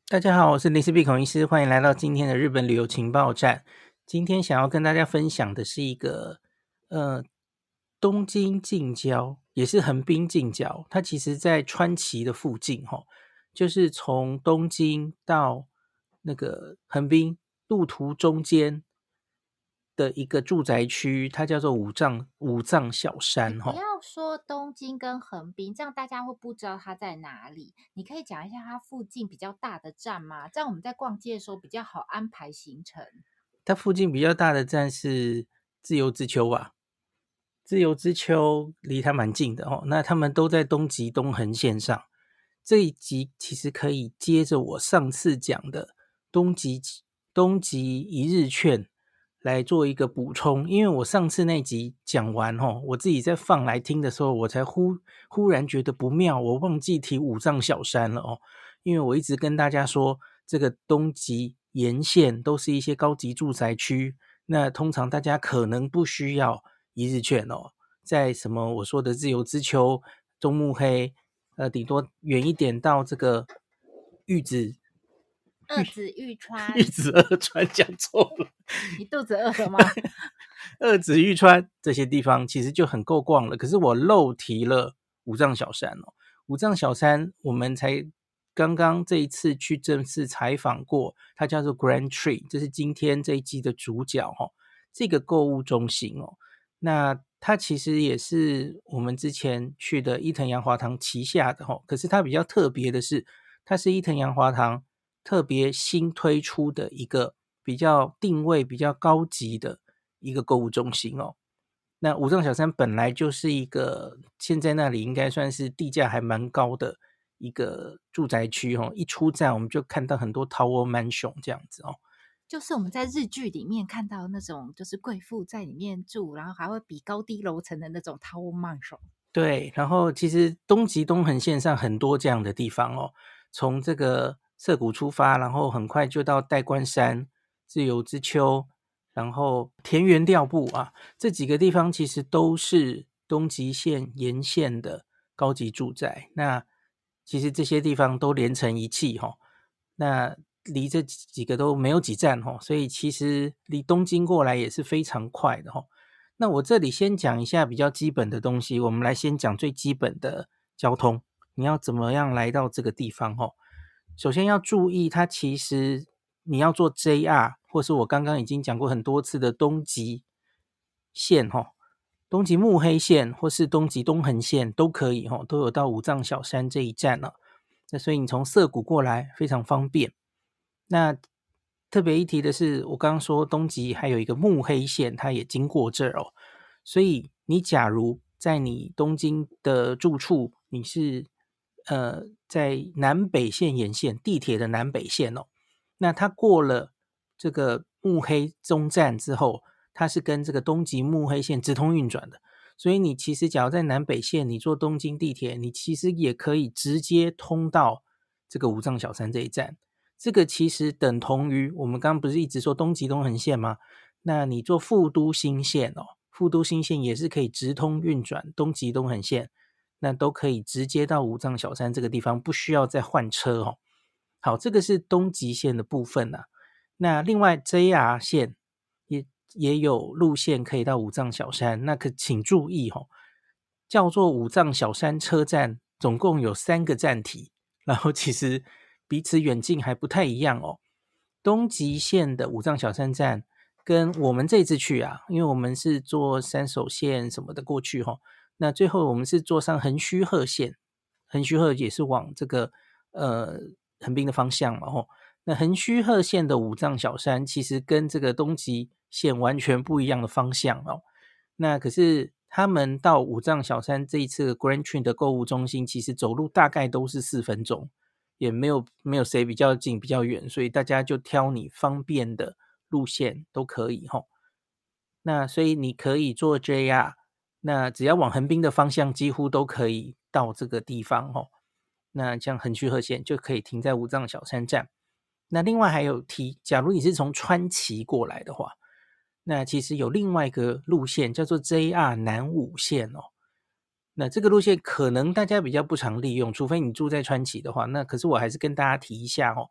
大家好，我是林氏璧孔医师，欢迎来到今天的日本旅游情报站。今天想要跟大家分享的是一个东京近郊，也是横滨近郊，它其实在川崎的附近就是从东京到那个横滨路途中间的一个住宅区，它叫做五藏小你不山要说东京跟横滨，这样大家会不知道它在哪里。你可以讲一下它附近比较大的站吗？这样我们在逛街的时候比较好安排行程。 它附近比较大的站是自由之丘吧。自由之丘离它蛮近的那他们都在东极东横线上。这一集其实可以接着我上次讲的东极一日券来做一个补充，因为我上次那集讲完我自己在放来听的时候，我才忽然觉得不妙，我忘记提五藏小山了因为我一直跟大家说，这个东极沿线都是一些高级住宅区，那通常大家可能不需要一日券在什么我说的自由之丘、中目黑，顶多远一点到这个玉子二子玉玉川， 子二川讲错了， 你肚子饿了吗？ 二子玉川这些地方其实就很够逛了。可是我漏提了五藏小山五藏小山我们才刚刚这一次去正式采访过，它叫做 Grand Tree， 这是今天这一季的主角这个购物中心那它其实也是我们之前去的伊藤洋华堂旗下的可是它比较特别的是，它是伊藤洋华堂特别新推出的一个比较定位比较高级的一个购物中心那五藏小山本来就是一个现在那里应该算是地价还蛮高的一个住宅区一出站我们就看到很多 Tower Mansion 这样子就是我们在日剧里面看到那种，就是贵妇在里面住，然后还会比高低楼层的那种 Tower Mansion。 对，然后其实东极东横线上很多这样的地方从这个涩谷出发，然后很快就到代官山、自由之丘，然后田园调布这几个地方其实都是东极线沿线的高级住宅。那其实这些地方都连成一气那离这几个都没有几站所以其实离东京过来也是非常快的那我这里先讲一下比较基本的东西，我们来先讲最基本的交通，你要怎么样来到这个地方首先要注意，它其实你要坐 JR， 或是我刚刚已经讲过很多次的东极线东极目黑线或是东极东横线都可以都有到五藏小山这一站那所以你从涩谷过来非常方便。那特别一提的是，我刚刚说东极还有一个目黑线，它也经过这儿所以你假如在你东京的住处，你是在南北线沿线地铁的南北线那它过了这个目黑中站之后，它是跟这个东极目黑线直通运转的，所以你其实假如在南北线，你坐东京地铁，你其实也可以直接通到这个五藏小山这一站。这个其实等同于我们刚刚不是一直说东极东横线吗？那你坐副都新线副都新线也是可以直通运转东极东横线，那都可以直接到五藏小山这个地方，不需要再换车好，这个是东极线的部分那另外 JR 线也有路线可以到五藏小山，那可请注意叫做五藏小山车站，总共有3个站体，然后其实彼此远近还不太一样东极线的五藏小山站跟我们这次去因为我们是坐山手线什么的过去那最后我们是坐上横须贺线，横须贺也是往这个横滨的方向嘛那横须贺线的五藏小山其实跟这个东极线完全不一样的方向那可是他们到五藏小山这一次 Grand Train 的购物中心，其实走路大概都是4分钟，也没有谁比较近比较远，所以大家就挑你方便的路线都可以那所以你可以坐 JR， 那只要往横滨的方向，几乎都可以到这个地方那像横须贺线就可以停在五藏小山站。那另外还有假如你是从川崎过来的话，那其实有另外一个路线叫做 JR 南武线那这个路线可能大家比较不常利用，除非你住在川崎的话，那可是我还是跟大家提一下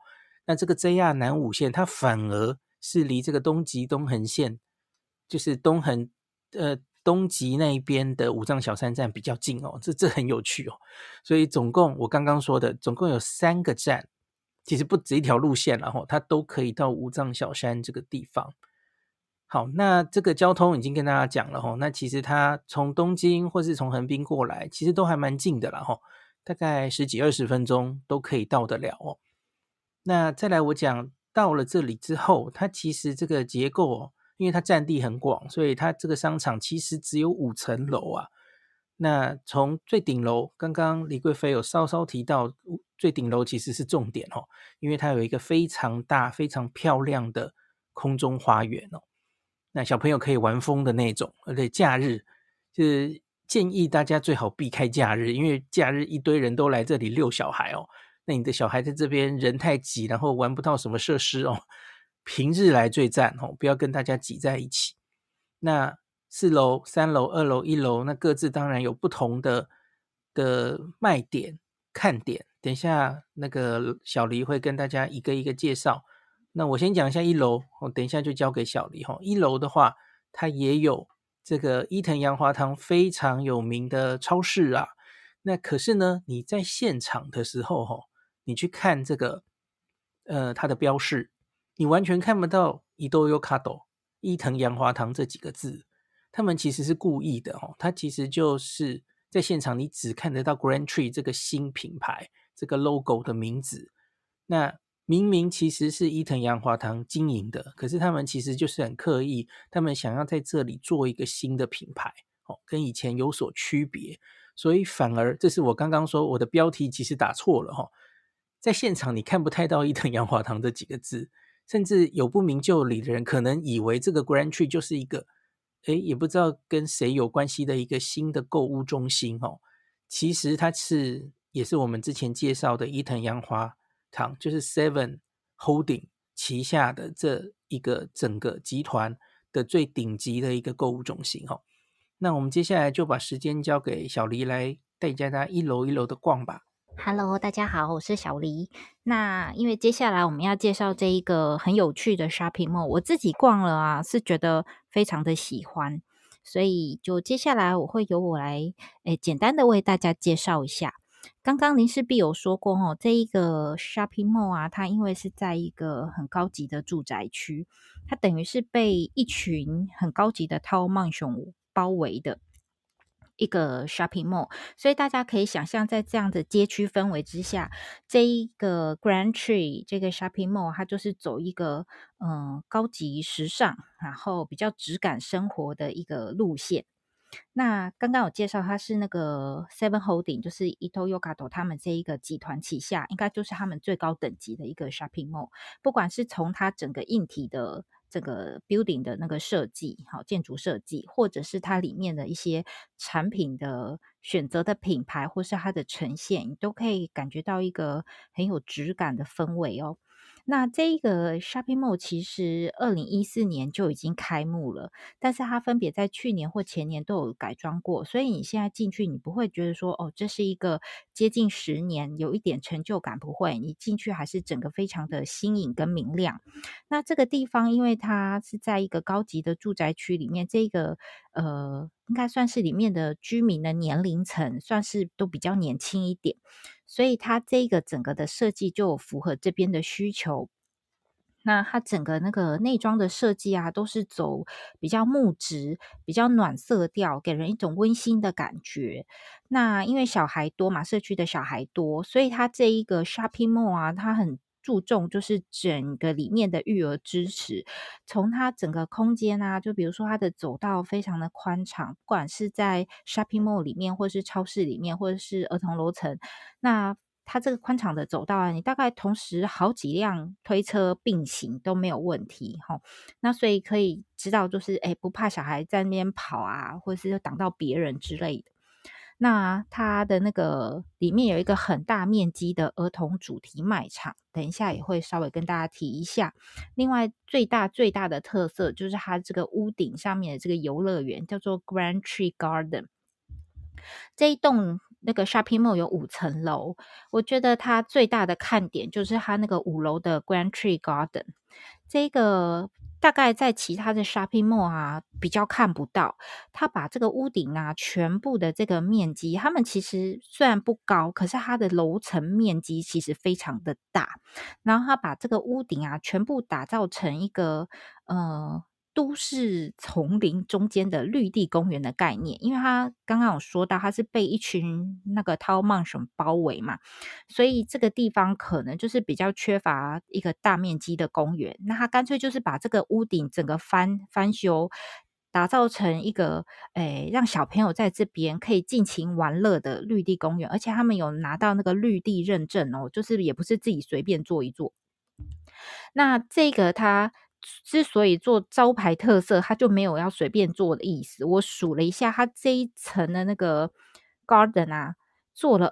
那这个 JR 南武线它反而是离这个东极东横线，就是东极那一边的五藏小山站比较近哦，这很有趣哦。所以总共我刚刚说的总共有3个站，其实不止一条路线了，它都可以到五藏小山这个地方。好，那这个交通已经跟大家讲了，那其实它从东京或是从横滨过来，其实都还蛮近的啦，大概10几20分钟都可以到得了哦。那再来我讲到了这里之后，它其实这个结构因为它占地很广，所以它这个商场其实只有5层楼啊。那从最顶楼，刚刚李贵妃有稍稍提到，最顶楼其实是重点因为它有一个非常大、非常漂亮的空中花园那小朋友可以玩疯的那种，而且假日就是建议大家最好避开假日，因为假日一堆人都来这里遛小孩那你的小孩在这边人太挤，然后玩不到什么设施平日来最赞不要跟大家挤在一起。那4楼、3楼、2楼、1楼，那各自当然有不同的卖点、看点。等一下那个小黎会跟大家一个一个介绍。那我先讲一下1楼，等一下就交给小黎1楼的话，它也有这个伊藤洋华堂非常有名的超市啊。那可是呢，你在现场的时候你去看这个它的标示，你完全看不到伊豆优卡斗伊藤洋华堂这几个字，他们其实是故意的它其实就是在现场你只看得到 Grand Tree 这个新品牌这个 logo 的名字，那明明其实是伊藤洋华堂经营的，可是他们其实就是很刻意，他们想要在这里做一个新的品牌跟以前有所区别，所以反而这是我刚刚说我的标题其实打错了在现场你看不太到伊藤洋华堂这几个字，甚至有不明就里的人可能以为这个 Grand Tree 就是一个也不知道跟谁有关系的一个新的购物中心其实它也是我们之前介绍的伊藤洋华堂，就是 Seven Holding 旗下的这一个整个集团的最顶级的一个购物中心那我们接下来就把时间交给小黎来带大家1楼1楼的逛吧。 Hello，大家好，我是小黎。那因为接下来我们要介绍这一个很有趣的 shopping mall，我自己逛了啊，是觉得非常的喜欢，所以就接下来会由我来简单的为大家介绍一下。刚刚林氏璧有说过这一个 shopping mall 啊，它因为是在一个很高级的住宅区，它等于是被一群很高级的套曼熊包围的一个 shopping mall， 所以大家可以想象，在这样的街区氛围之下，这一个 Grand Tree 这个 shopping mall， 它就是走一个高级时尚，然后比较质感生活的一个路线。那刚刚有介绍，它是那个 Seven Holding， 就是 Ito Yokado 他们这一个集团旗下，应该就是他们最高等级的一个 shopping mall。不管是从它整个硬体的这个 building 的那个设计，好建筑设计，或者是它里面的一些产品的选择的品牌，或是它的呈现，你都可以感觉到一个很有质感的氛围哦。那这一个 shopping mall 其实2014年就已经开幕了，但是它分别在去年或前年都有改装过，所以你现在进去，你不会觉得说这是一个接近10年，有一点成就感，不会，你进去还是整个非常的新颖跟明亮。那这个地方因为它是在一个高级的住宅区里面，这个应该算是里面的居民的年龄层算是都比较年轻一点，所以它这个整个的设计就符合这边的需求。那它整个那个内装的设计啊，都是走比较木质、比较暖色调，给人一种温馨的感觉。那因为小孩多嘛，社区的小孩多，所以它这一个 shopping mall 啊，它很注重就是整个里面的育儿支持。从它整个空间啊，就比如说它的走道非常的宽敞，不管是在 shopping mall 里面，或是超市里面，或者是儿童楼层，那它这个宽敞的走道啊，你大概同时好几辆推车并行都没有问题那所以可以知道就是不怕小孩在那边跑啊，或者是挡到别人之类的。那它的那个里面有一个很大面积的儿童主题卖场，等一下也会稍微跟大家提一下。另外最大的特色就是它这个屋顶上面的这个游乐园叫做 Grand Tree Garden。这一栋那个 shopping mall 有5层楼，我觉得它最大的看点就是它那个5楼的 Grand Tree Garden，这个大概在其他的 shopping mall 啊比较看不到。它把这个屋顶啊全部的这个面积，他们其实虽然不高，可是它的楼层面积其实非常的大。然后它把这个屋顶啊全部打造成一个都市丛林中间的绿地公园的概念，因为它刚刚有说到它是被一群那个 tall mansion 包围嘛，所以这个地方可能就是比较缺乏一个大面积的公园，那它干脆就是把这个屋顶整个翻修，打造成一个让小朋友在这边可以尽情玩乐的绿地公园，而且他们有拿到那个绿地认证哦，就是也不是自己随便做一做。那这个它之所以做招牌特色，它就没有要随便做的意思。我数了一下，它这一层的那个 garden 啊，做了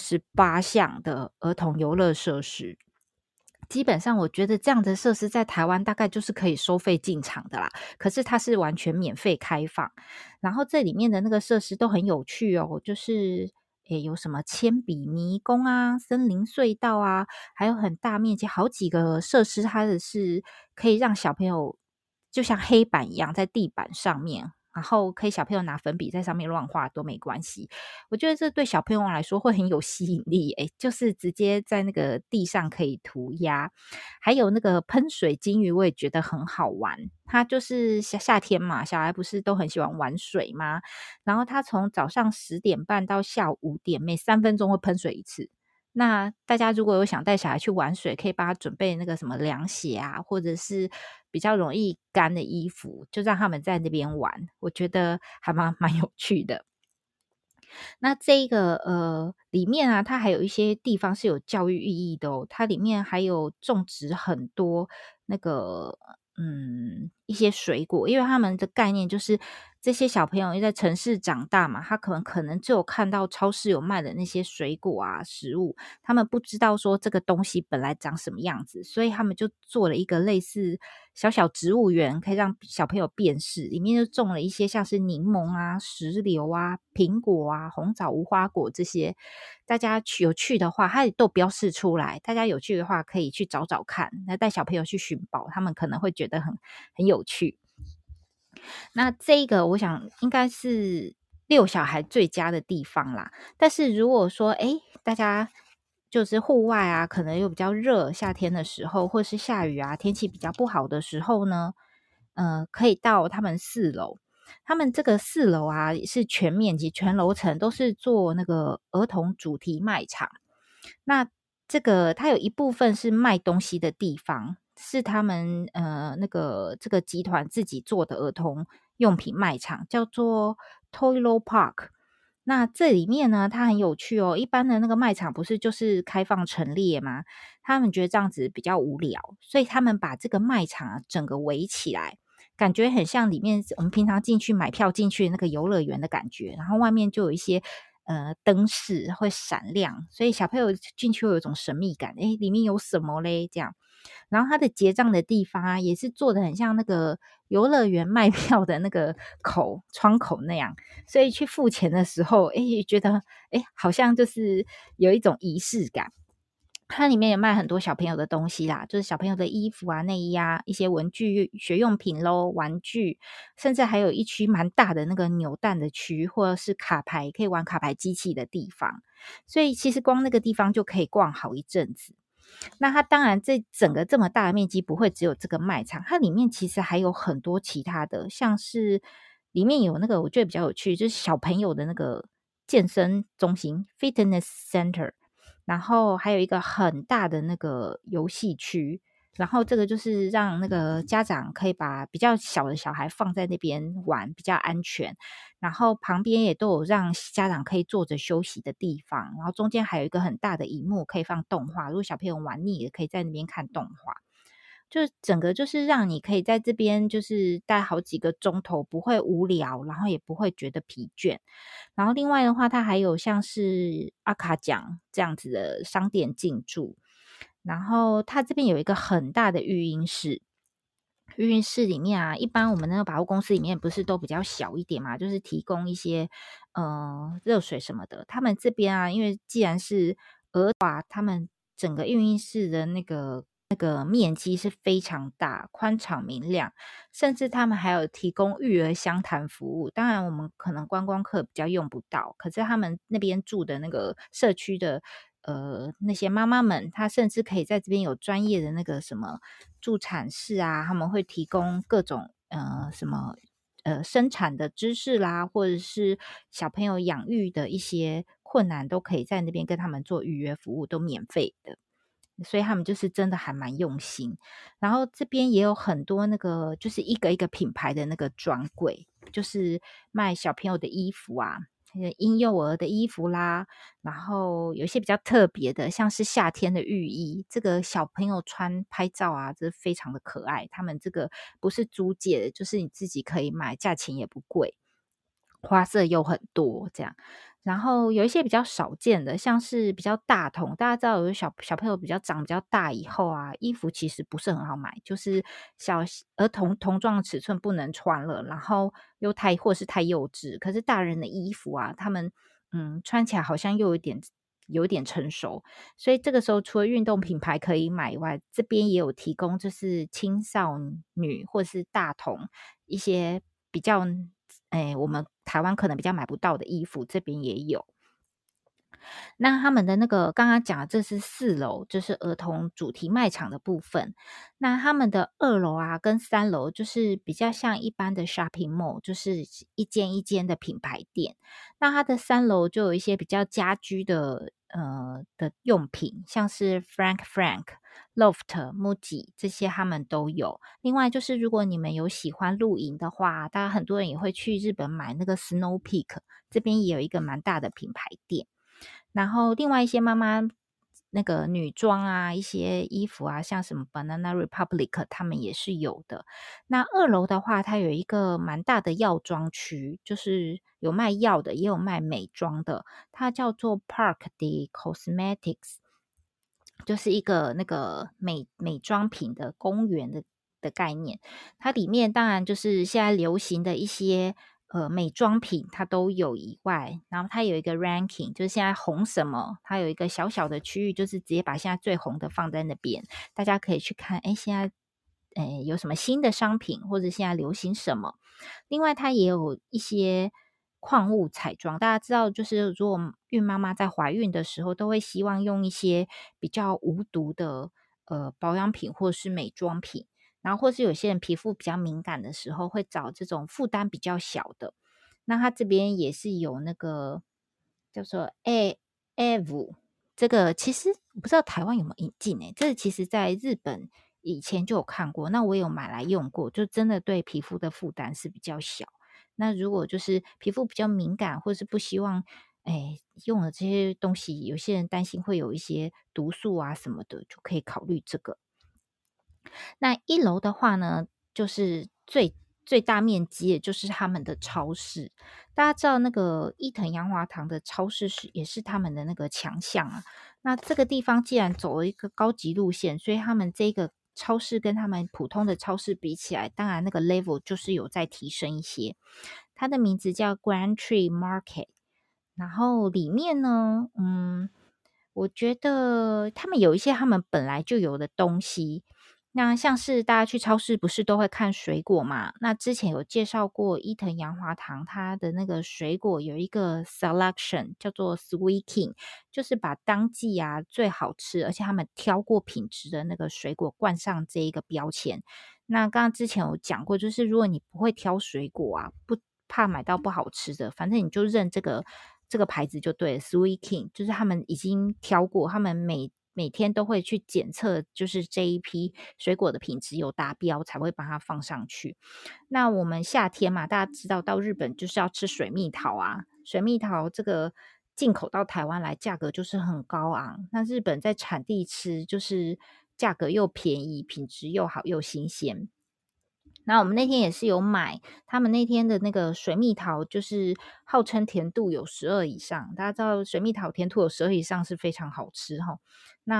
28项的儿童游乐设施。基本上我觉得这样的设施在台湾大概就是可以收费进场的啦，可是它是完全免费开放。然后这里面的那个设施都很有趣哦，就是有什么铅笔迷宫啊、森林隧道啊，还有很大面积好几个设施，它的是可以让小朋友就像黑板一样在地板上面，然后可以小朋友拿粉笔在上面乱画都没关系。我觉得这对小朋友来说会很有吸引力，就是直接在那个地上可以涂鸦。还有那个喷水金鱼，我也觉得很好玩。它就是夏天嘛，小孩不是都很喜欢玩水吗？然后它从早上10点半到下午5点，每3分钟会喷水一次。那大家如果有想带小孩去玩水，可以帮他准备那个什么凉鞋啊，或者是比较容易干的衣服，就让他们在那边玩，我觉得还蛮有趣的。那这个里面啊，它还有一些地方是有教育意义的哦。它里面还有种植很多那个一些水果，因为他们的概念就是这些小朋友因为在城市长大嘛，他可能只有看到超市有卖的那些水果啊食物，他们不知道说这个东西本来长什么样子，所以他们就做了一个类似小小植物园，可以让小朋友辨识。里面就种了一些像是柠檬啊、石榴啊、苹果啊、红枣、无花果这些。大家有趣的话，它也都标示出来。大家有趣的话，可以去找找看，那带小朋友去寻宝，他们可能会觉得很有趣。那这个我想应该是遛小孩最佳的地方啦。但是如果说，大家就是户外啊，可能又比较热，夏天的时候，或是下雨啊，天气比较不好的时候呢，可以到他们4楼。他们这个4楼啊，是全面积、全楼层都是做那个儿童主题卖场。那这个它有一部分是卖东西的地方，是他们这个集团自己做的儿童用品卖场，叫做 Toylo Park。那这里面呢，它很有趣哦。一般的那个卖场不是就是开放陈列吗？他们觉得这样子比较无聊，所以他们把这个卖场啊整个围起来，感觉很像里面我们平常进去买票进去那个游乐园的感觉。然后外面就有一些灯饰会闪亮，所以小朋友进去会有一种神秘感。里面有什么嘞？这样。然后它的结账的地方啊，也是做的很像那个游乐园卖票的那个窗口那样，所以去付钱的时候，觉得好像就是有一种仪式感。它里面也卖很多小朋友的东西啦，就是小朋友的衣服啊、内衣啊、一些文具、学用品咯、玩具，甚至还有一区蛮大的那个扭蛋的区，或者是卡牌可以玩卡牌机器的地方。所以其实光那个地方就可以逛好一阵子。那它当然这整个这么大的面积不会只有这个卖场，它里面其实还有很多其他的，像是里面有那个我觉得比较有趣，就是小朋友的那个健身中心 fitness center，然后还有一个很大的那个游戏区，然后这个就是让那个家长可以把比较小的小孩放在那边玩，比较安全。然后旁边也都有让家长可以坐着休息的地方，然后中间还有一个很大的荧幕可以放动画，如果小朋友玩腻了，可以在那边看动画。就整个就是让你可以在这边就是待好几个钟头，不会无聊，然后也不会觉得疲倦。然后另外的话，它还有像是阿卡奖这样子的商店进驻，然后它这边有一个很大的育婴室。 运室里面啊，一般我们那个百货公司里面不是都比较小一点嘛，就是提供一些热水什么的。他们这边啊，因为既然是他们整个育婴室的那个面积是非常大，宽敞明亮，甚至他们还有提供育儿相谈服务。当然，我们可能观光客比较用不到，可是他们那边住的那个社区的那些妈妈们，她甚至可以在这边有专业的那个什么助产士啊，他们会提供各种什么生产的知识啦，或者是小朋友养育的一些困难，都可以在那边跟他们做预约服务，都免费的。所以他们就是真的还蛮用心，然后这边也有很多那个就是一个一个品牌的那个专柜，就是卖小朋友的衣服啊，婴幼儿的衣服啦，然后有一些比较特别的，像是夏天的浴衣，这个小朋友穿拍照啊，这非常的可爱。他们这个不是租借的，就是你自己可以买，价钱也不贵，花色又很多，这样。然后有一些比较少见的，像是比较大童，大家知道有小朋友长比较大以后啊，衣服其实不是很好买，就是儿童童装的尺寸不能穿了，然后又或是太幼稚。可是大人的衣服啊，他们穿起来好像又有点成熟，所以这个时候除了运动品牌可以买以外，这边也有提供就是青少女或是大童一些比较我们台湾可能比较买不到的衣服，这边也有。那他们的那个刚刚讲的这是4楼，就是儿童主题卖场的部分。那他们的2楼啊跟3楼就是比较像一般的 shopping mall，就是一间一间的品牌店。那它的3楼就有一些比较家居的用品，像是 Frank、Loft、Muji 这些他们都有。另外就是如果你们有喜欢露营的话，大家很多人也会去日本买那个 Snow Peak，这边也有一个蛮大的品牌店。然后另外一些妈妈那个女装啊，一些衣服啊，像什么 Banana Republic，他们也是有的。那2楼的话，它有一个蛮大的药妆区，就是有卖药的，也有卖美妆的，它叫做 Park de Cosmetics，就是一个那个美妆品的公园的概念。它里面当然就是现在流行的一些美妆品它都有以外，然后它有一个 ranking，就是现在红什么，它有一个小小的区域，就是直接把现在最红的放在那边，大家可以去看，现在有什么新的商品，或者现在流行什么。另外，它也有一些矿物彩妆，大家知道，就是如果孕妈妈在怀孕的时候，都会希望用一些比较无毒的保养品或是美妆品。然后或是有些人皮肤比较敏感的时候，会找这种负担比较小的。那它这边也是有那个叫做 AV，这个其实我不知道台湾有没有引进这个其实在日本以前就有看过，那我也有买来用过，就真的对皮肤的负担是比较小。那如果就是皮肤比较敏感，或是不希望用了这些东西，有些人担心会有一些毒素啊什么的，就可以考虑这个。那1楼的话呢，就是最大面积，也就是他们的超市。大家知道那个伊藤洋华堂的超市也是他们的那个强项啊。那这个地方既然走了一个高级路线，所以他们这个超市跟他们普通的超市比起来，当然那个 level 就是有在提升一些。它的名字叫 Grand Tree Market，然后里面呢，我觉得他们有一些他们本来就有的东西。那像是大家去超市不是都会看水果嘛？那之前有介绍过伊藤洋华堂，它的那个水果有一个 selection 叫做 Sweet King，就是把当季啊最好吃，而且他们挑过品质的那个水果冠上这一个标签。那刚刚之前有讲过，就是如果你不会挑水果啊，不怕买到不好吃的，反正你就认这个牌子就对了 ，Sweet King，就是他们已经挑过，他们每天都会去检测，就是这一批水果的品质有达标，才会把它放上去。那我们夏天嘛，大家知道到日本就是要吃水蜜桃啊，水蜜桃这个进口到台湾来，价格就是很高昂。那日本在产地吃，就是价格又便宜，品质又好又新鲜。那我们那天也是有买，他们那天的那个水蜜桃，就是号称甜度有12以上。大家知道水蜜桃甜度有12以上是非常好吃哈。那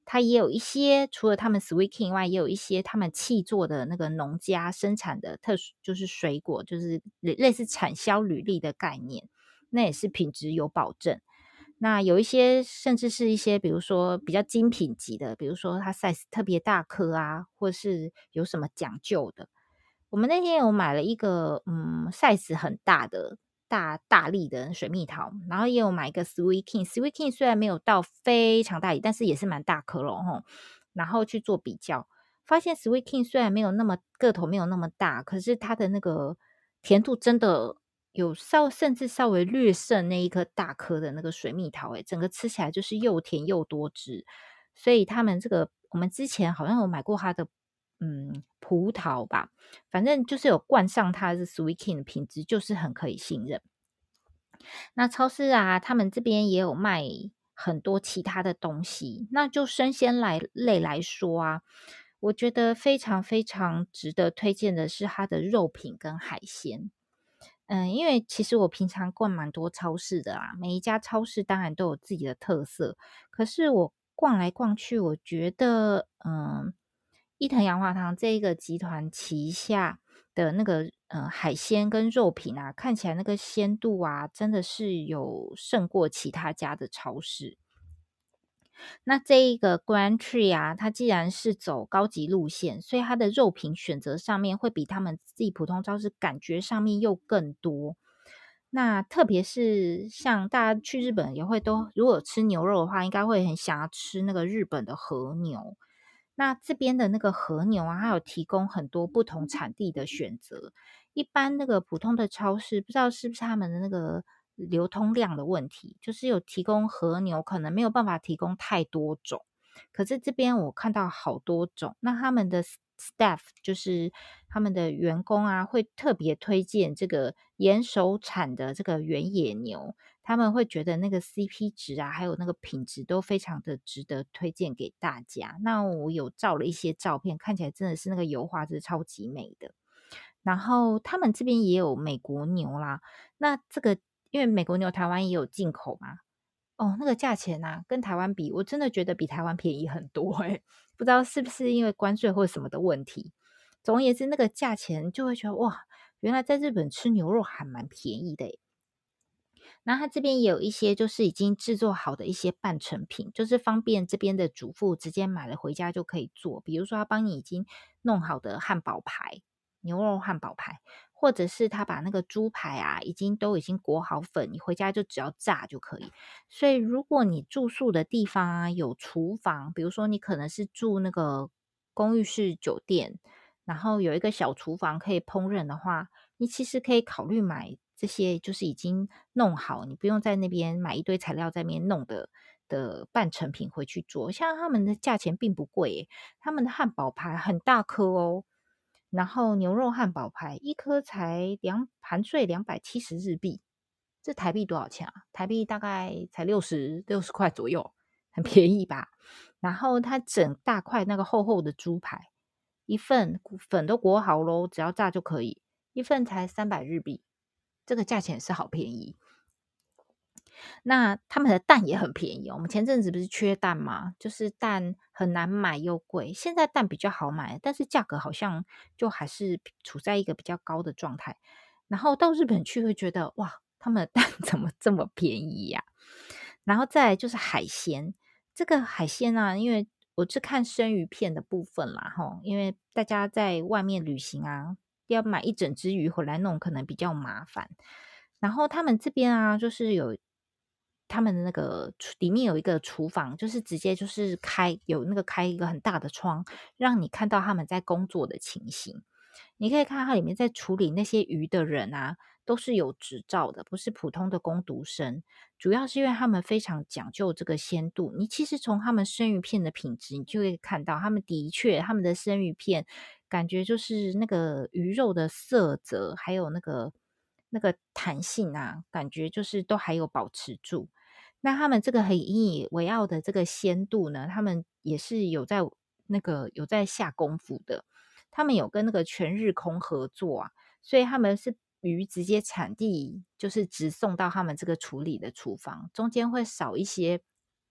它也有一些除了他们 Sweet King 以外，也有一些他们契作的那个农家生产的特殊就是水果，就是类似产销履历的概念，那也是品质有保证。那有一些甚至是一些比如说比较精品级的，比如说它 size 特别大颗啊，或是有什么讲究的。我们那天有买了一个size 很大的大粒的水蜜桃，然后也有买一个 Sweet King，Sweet King 虽然没有到非常大粒，但是也是蛮大颗咯吼。然后去做比较，发现 Sweet King 虽然没有那么个头没有那么大，可是它的那个甜度真的有甚至稍微略胜那一颗大颗的那个水蜜桃，整个吃起来就是又甜又多汁。所以他们这个我们之前好像有买过它的葡萄吧，反正就是有冠上它是 Sweet King 的品质，就是很可以信任。那超市啊，他们这边也有卖很多其他的东西。那就生鲜类来说啊，我觉得非常非常值得推荐的是它的肉品跟海鲜。因为其实我平常逛蛮多超市的啦，每一家超市当然都有自己的特色。可是我逛来逛去，我觉得伊藤洋华堂这一个集团旗下的那个海鲜跟肉品啊，看起来那个鲜度啊，真的是有胜过其他家的超市。那这一个 Grand Tree 啊，它既然是走高级路线，所以它的肉品选择上面会比他们自己普通超市感觉上面又更多。那特别是像大家去日本也会如果吃牛肉的话，应该会很想要吃那个日本的和牛。那这边的那个和牛啊，它有提供很多不同产地的选择。一般那个普通的超市，不知道是不是他们的那个流通量的问题，就是有提供和牛，可能没有办法提供太多种。可是这边我看到好多种，那他们的 staff 就是他们的员工啊，会特别推荐这个岩手产的这个原野牛，他们会觉得那个 CP 值啊，还有那个品质都非常的值得推荐给大家。那我有照了一些照片，看起来真的是那个油画是超级美的。然后他们这边也有美国牛啦，那这个因为美国牛台湾也有进口嘛，那个价钱啊，跟台湾比，我真的觉得比台湾便宜很多不知道是不是因为关税或什么的问题。总而言之，那个价钱就会觉得哇，原来在日本吃牛肉还蛮便宜的那它这边也有一些就是已经制作好的一些半成品，就是方便这边的主妇直接买了回家就可以做。比如说，他帮你已经弄好的汉堡排、牛肉汉堡排，或者是他把那个猪排啊都已经裹好粉，你回家就只要炸就可以。所以，如果你住宿的地方啊有厨房，比如说你可能是住那个公寓式酒店，然后有一个小厨房可以烹饪的话，你其实可以考虑买这些，就是已经弄好，你不用在那边买一堆材料在那边弄的半成品回去做。像他们的价钱并不贵他们的汉堡排很大颗哦，然后牛肉汉堡排一颗才含税270日币，这台币多少钱啊？台币大概才六十块左右，很便宜吧？然后它整大块那个厚厚的猪排，一份粉都裹好咯，只要炸就可以，一份才300日币，这个价钱是好便宜。那他们的蛋也很便宜我们前阵子不是缺蛋吗？就是蛋很难买又贵，现在蛋比较好买，但是价格好像就还是处在一个比较高的状态。然后到日本去会觉得哇，他们的蛋怎么这么便宜呀？然后再来就是海鲜，这个海鲜啊，因为我是看生鱼片的部分啦，因为大家在外面旅行啊，要买一整只鱼回来弄，可能比较麻烦。然后他们这边啊，就是有他们的那个里面有一个厨房，就是直接就是开一个很大的窗，让你看到他们在工作的情形。你可以看到它里面在处理那些鱼的人啊，都是有执照的，不是普通的工读生。主要是因为他们非常讲究这个鲜度。你其实从他们生鱼片的品质，你就会看到他们的确他们的生鱼片感觉就是那个鱼肉的色泽，还有那个弹性啊，感觉就是都还有保持住。那他们这个很引以为傲的这个鲜度呢，他们也是有在下功夫的。他们有跟那个全日空合作啊，所以他们是鱼直接产地就是直送到他们这个处理的厨房，中间会少一些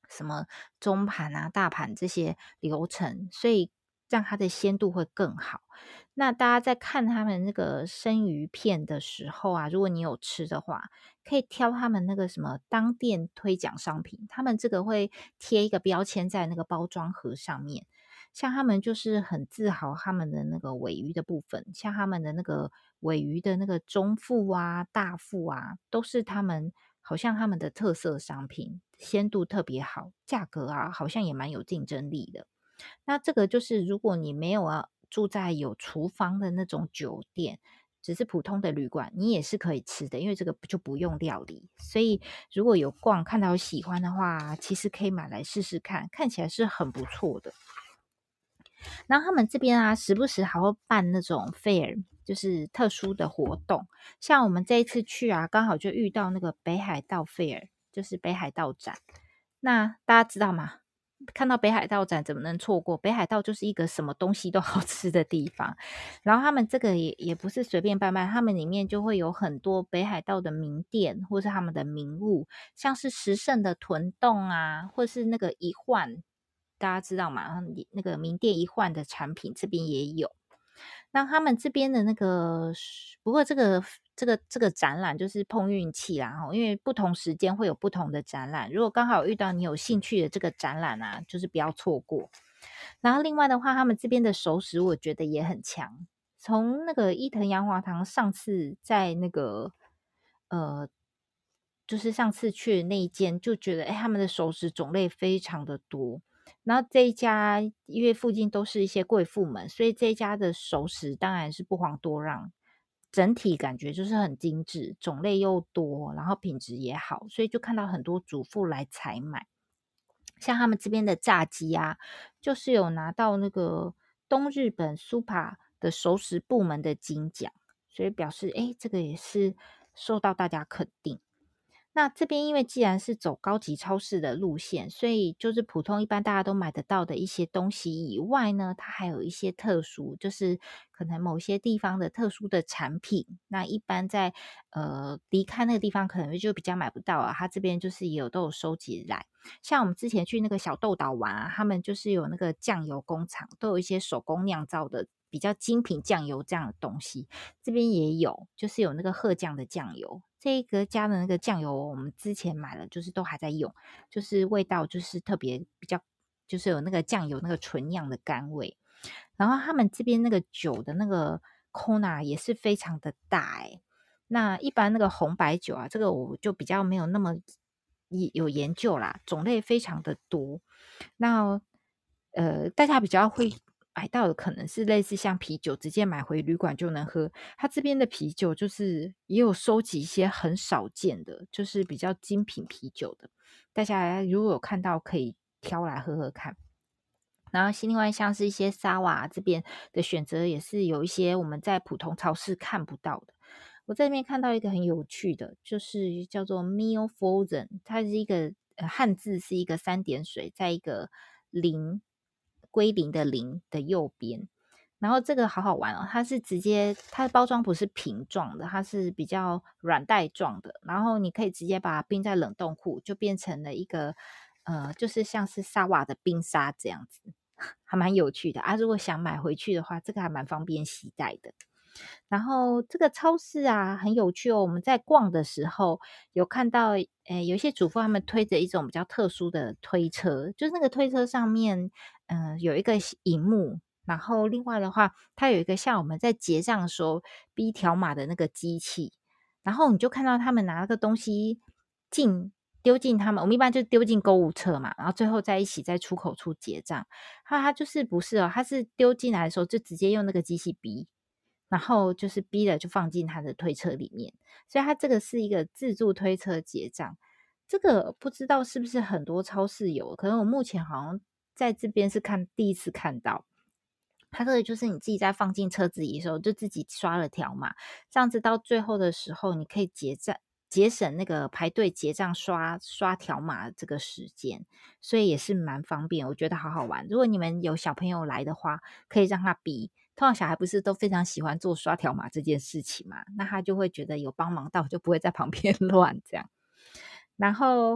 什么中盘啊、大盘这些流程，所以让它的鲜度会更好。那大家在看他们那个生鱼片的时候啊，如果你有吃的话，可以挑他们那个什么当店推奖商品，他们这个会贴一个标签在那个包装盒上面。像他们就是很自豪他们的那个尾鱼的部分，像他们的那个尾鱼的那个中腹啊、大腹啊，都是他们好像他们的特色商品，鲜度特别好，价格啊好像也蛮有竞争力的。那这个就是如果你没有住在有厨房的那种酒店，只是普通的旅馆，你也是可以吃的，因为这个就不用料理。所以如果有逛看到喜欢的话，其实可以买来试试看，看起来是很不错的。然后他们这边啊，时不时还会办那种 fair，就是特殊的活动。像我们这一次去啊，刚好就遇到那个北海道 fair，就是北海道展。那大家知道吗？看到北海道展怎么能错过？北海道就是一个什么东西都好吃的地方。然后他们这个也不是随便办办，他们里面就会有很多北海道的名店，或是他们的名物，像是石胜的豚冻啊，或是那个一幻，大家知道吗？那个名店一幻的产品这边也有。那他们这边的那个，不过这个展览就是碰运气啦，因为不同时间会有不同的展览。如果刚好遇到你有兴趣的这个展览啊，就是不要错过。然后另外的话，他们这边的熟食我觉得也很强。从那个伊藤洋华堂上次在那个就是上次去的那一间，就觉得他们的熟食种类非常的多。然后这一家因为附近都是一些贵妇们，所以这一家的熟食当然是不遑多让，整体感觉就是很精致，种类又多，然后品质也好，所以就看到很多主妇来采买。像他们这边的炸鸡啊，就是有拿到那个东日本 SUPA 的熟食部门的金奖，所以表示这个也是受到大家肯定。那这边因为既然是走高级超市的路线，所以就是普通一般大家都买得到的一些东西以外呢，它还有一些特殊，就是可能某些地方的特殊的产品，那一般在离开那个地方可能就比较买不到啊，它这边就是都有收集来。像我们之前去那个小豆岛玩啊，他们就是有那个酱油工厂，都有一些手工酿造的比较精品酱油这样的东西，这边也有，就是有那个鹤酱的酱油。这个家的那个酱油，我们之前买了，就是都还在用，就是味道就是特别比较，就是有那个酱油那个纯酿的甘味。然后他们这边那个酒的那个 Kona 也是非常的大那一般那个红白酒啊，这个我就比较没有那么有研究啦，种类非常的多。那大家比较会买到的可能是类似像啤酒，直接买回旅馆就能喝。它这边的啤酒就是也有收集一些很少见的，就是比较精品啤酒的，大家如果有看到可以挑来喝喝看。然后另外像是一些沙瓦这边的选择，也是有一些我们在普通超市看不到的。我在这边看到一个很有趣的，就是叫做 Meal Frozen，它是一个汉字是一个三点水，在一个零归零的零的右边。然后这个好好玩哦，它是直接它的包装不是瓶状的，它是比较软袋状的，然后你可以直接把它冰在冷冻库，就变成了一个就是像是沙瓦的冰沙这样子。还蛮有趣的啊！如果想买回去的话，这个还蛮方便携带的。然后这个超市啊很有趣哦，我们在逛的时候有看到，有一些主妇他们推着一种比较特殊的推车，就是那个推车上面，有一个荧幕，然后另外的话，它有一个像我们在结账的时候逼条码的那个机器，然后你就看到他们拿那个东西丢进他们，我们一般就丢进购物车嘛，然后最后在一起在出口处结账。它就是不是哦，它是丢进来的时候就直接用那个机器逼，然后就是逼了就放进它的推车里面，所以它这个是一个自助推车结账。这个不知道是不是很多超市有，可能我目前好像在这边是第一次看到。它这个就是你自己在放进车子里的时候，就自己刷了条码，这样子到最后的时候，你可以结账，节省那个排队结账刷条码的这个时间，所以也是蛮方便，我觉得好好玩。如果你们有小朋友来的话，可以让他逼。通常小孩不是都非常喜欢做刷条码这件事情嘛，那他就会觉得有帮忙到，就不会在旁边乱这样。然后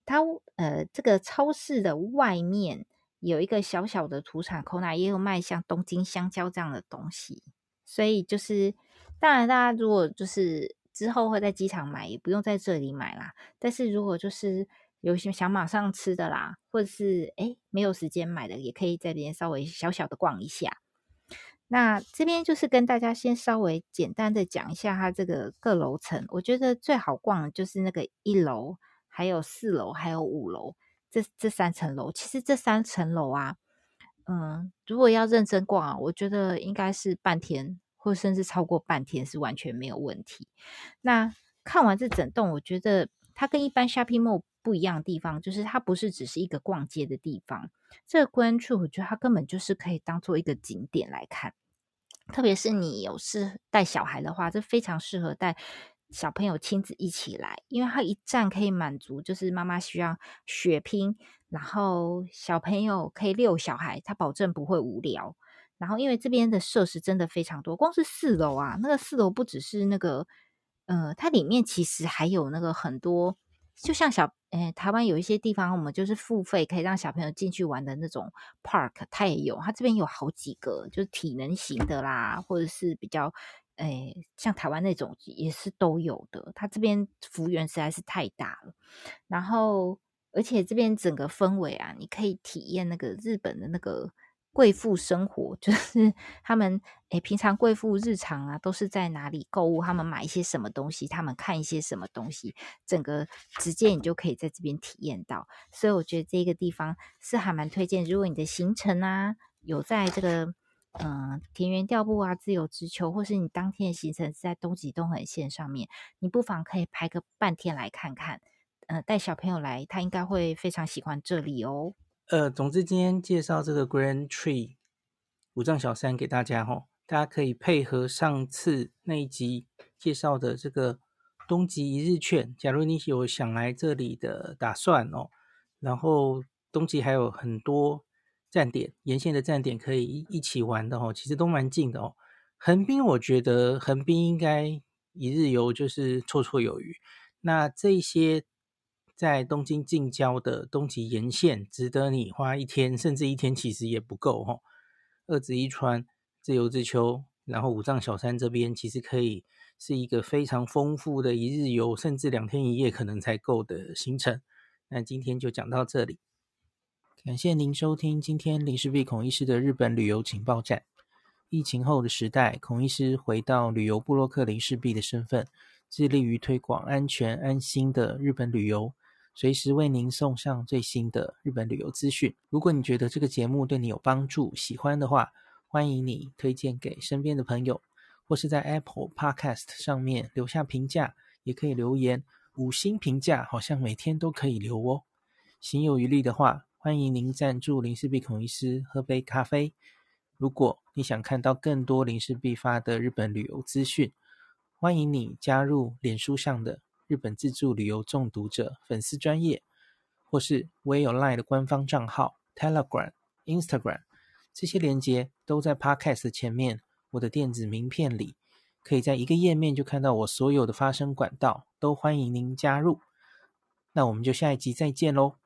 它这个超市的外面有一个小小的土产 corner， 也有卖像东京香蕉这样的东西，所以就是当然大家如果就是之后会在机场买，也不用在这里买啦。但是如果就是有些想马上吃的啦，或者是没有时间买的，也可以在这边稍微小小的逛一下。那这边就是跟大家先稍微简单的讲一下它这个各楼层，我觉得最好逛的就是那个1楼，还有4楼，还有5楼，这3层楼。其实这3层楼啊，如果要认真逛啊，我觉得应该是半天，或甚至超过半天是完全没有问题。那看完这整栋，我觉得它跟一般 shopping mall 不一样的地方，就是它不是只是一个逛街的地方。这个 Grand Tree 我觉得它根本就是可以当做一个景点来看。特别是你有带小孩的话，这非常适合带小朋友亲子一起来，因为它一站可以满足，就是妈妈需要血拼，然后小朋友可以遛小孩，他保证不会无聊。然后因为这边的设施真的非常多，光是4楼啊，那个4楼不只是那个，它里面其实还有那个很多，就像台湾有一些地方，我们就是付费可以让小朋友进去玩的那种 park，它也有，它这边有好几个，就是体能型的啦，或者是比较，像台湾那种也是都有的。它这边幅员实在是太大了，然后而且这边整个氛围啊，你可以体验那个日本的那个贵妇生活，就是他们平常贵妇日常啊，都是在哪里购物，他们买一些什么东西，他们看一些什么东西，整个直接你就可以在这边体验到。所以我觉得这个地方是还蛮推荐，如果你的行程啊有在这个田园调布啊、自由之丘，或是你当天的行程是在东极东横线上面，你不妨可以排个半天来看看。带小朋友来，他应该会非常喜欢这里哦。 总之今天介绍这个 Grand Tree 五藏小山给大家吼，大家可以配合上次那一集介绍的这个东极一日券，假如你有想来这里的打算哦，然后东极还有很多站点，沿线的站点可以一起玩的哦，其实都蛮近的哦。横滨我觉得横滨应该一日游就是绰绰有余，那这些在东京近郊的东极沿线，值得你花一天，甚至一天其实也不够哦。二子一川、自由之丘，然后五藏小山这边，其实可以是一个非常丰富的一日游，甚至2天1夜可能才够的行程。那今天就讲到这里，感谢您收听今天林氏璧孔医师的日本旅游情报站。疫情后的时代，孔医师回到旅游部落客林氏璧的身份，致力于推广安全安心的日本旅游，随时为您送上最新的日本旅游资讯。如果你觉得这个节目对你有帮助，喜欢的话，欢迎你推荐给身边的朋友，或是在 Apple Podcast 上面留下评价，也可以留言，5星评价好像每天都可以留哦。行有余力的话，欢迎您赞助林氏璧孔医师喝杯咖啡。如果你想看到更多林氏璧发的日本旅游资讯，欢迎你加入脸书上的日本自助旅游中毒者粉丝专页，或是我也有 LINE 的官方账号 Telegram、Instagram， 这些连结都在 Podcast 前面我的电子名片里，可以在一个页面就看到我所有的发声管道，都欢迎您加入。那我们就下一集再见咯。